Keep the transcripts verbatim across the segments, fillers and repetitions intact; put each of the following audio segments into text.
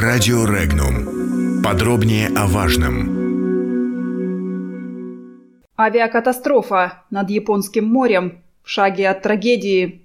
Радио Регнум. Подробнее о важном. Авиакатастрофа над Японским морем. В шаге от трагедии.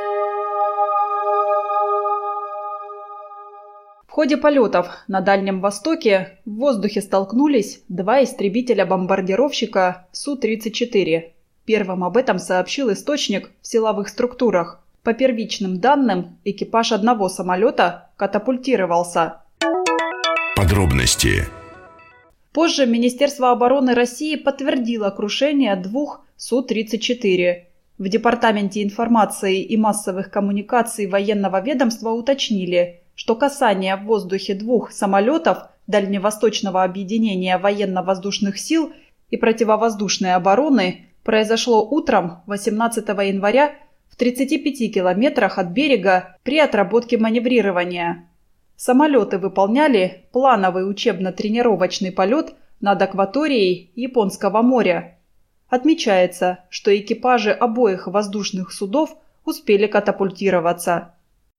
В ходе полетов на Дальнем Востоке в воздухе столкнулись два истребителя-бомбардировщика Су тридцать четыре. Первым об этом сообщил источник в силовых структурах. По первичным данным, экипаж одного самолета катапультировался. Подробности. Позже Министерство обороны России подтвердило крушение двух Су тридцать четыре. В Департаменте информации и массовых коммуникаций военного ведомства уточнили, что касание в воздухе двух самолетов Дальневосточного объединения военно-воздушных сил и противовоздушной обороны произошло утром восемнадцатого января в тридцати пяти километрах от берега при отработке маневрирования. Самолеты выполняли плановый учебно-тренировочный полет над акваторией Японского моря. Отмечается, что экипажи обоих воздушных судов успели катапультироваться.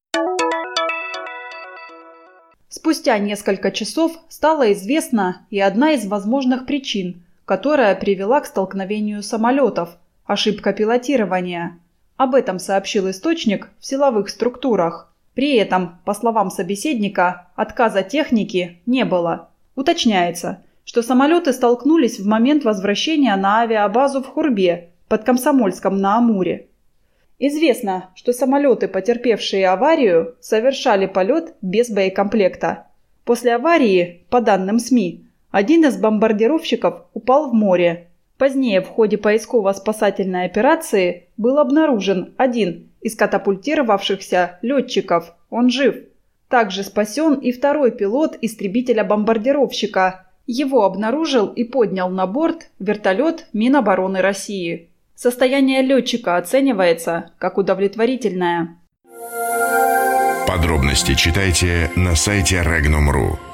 Спустя несколько часов стало известно и одна из возможных причин, которая привела к столкновению самолетов – ошибка пилотирования. Об этом сообщил источник в силовых структурах. При этом, по словам собеседника, отказа техники не было. Уточняется, что самолеты столкнулись в момент возвращения на авиабазу в Хурбе под Комсомольском на Амуре. Известно, что самолеты, потерпевшие аварию, совершали полет без боекомплекта. После аварии, по данным СМИ, один из бомбардировщиков упал в море. Позднее в ходе поисково-спасательной операции был обнаружен один из катапультировавшихся летчиков. Он жив. Также спасен и второй пилот истребителя-бомбардировщика. Его обнаружил и поднял на борт вертолет Минобороны России. Состояние летчика оценивается как удовлетворительное. Подробности читайте на сайте регнум точка ру.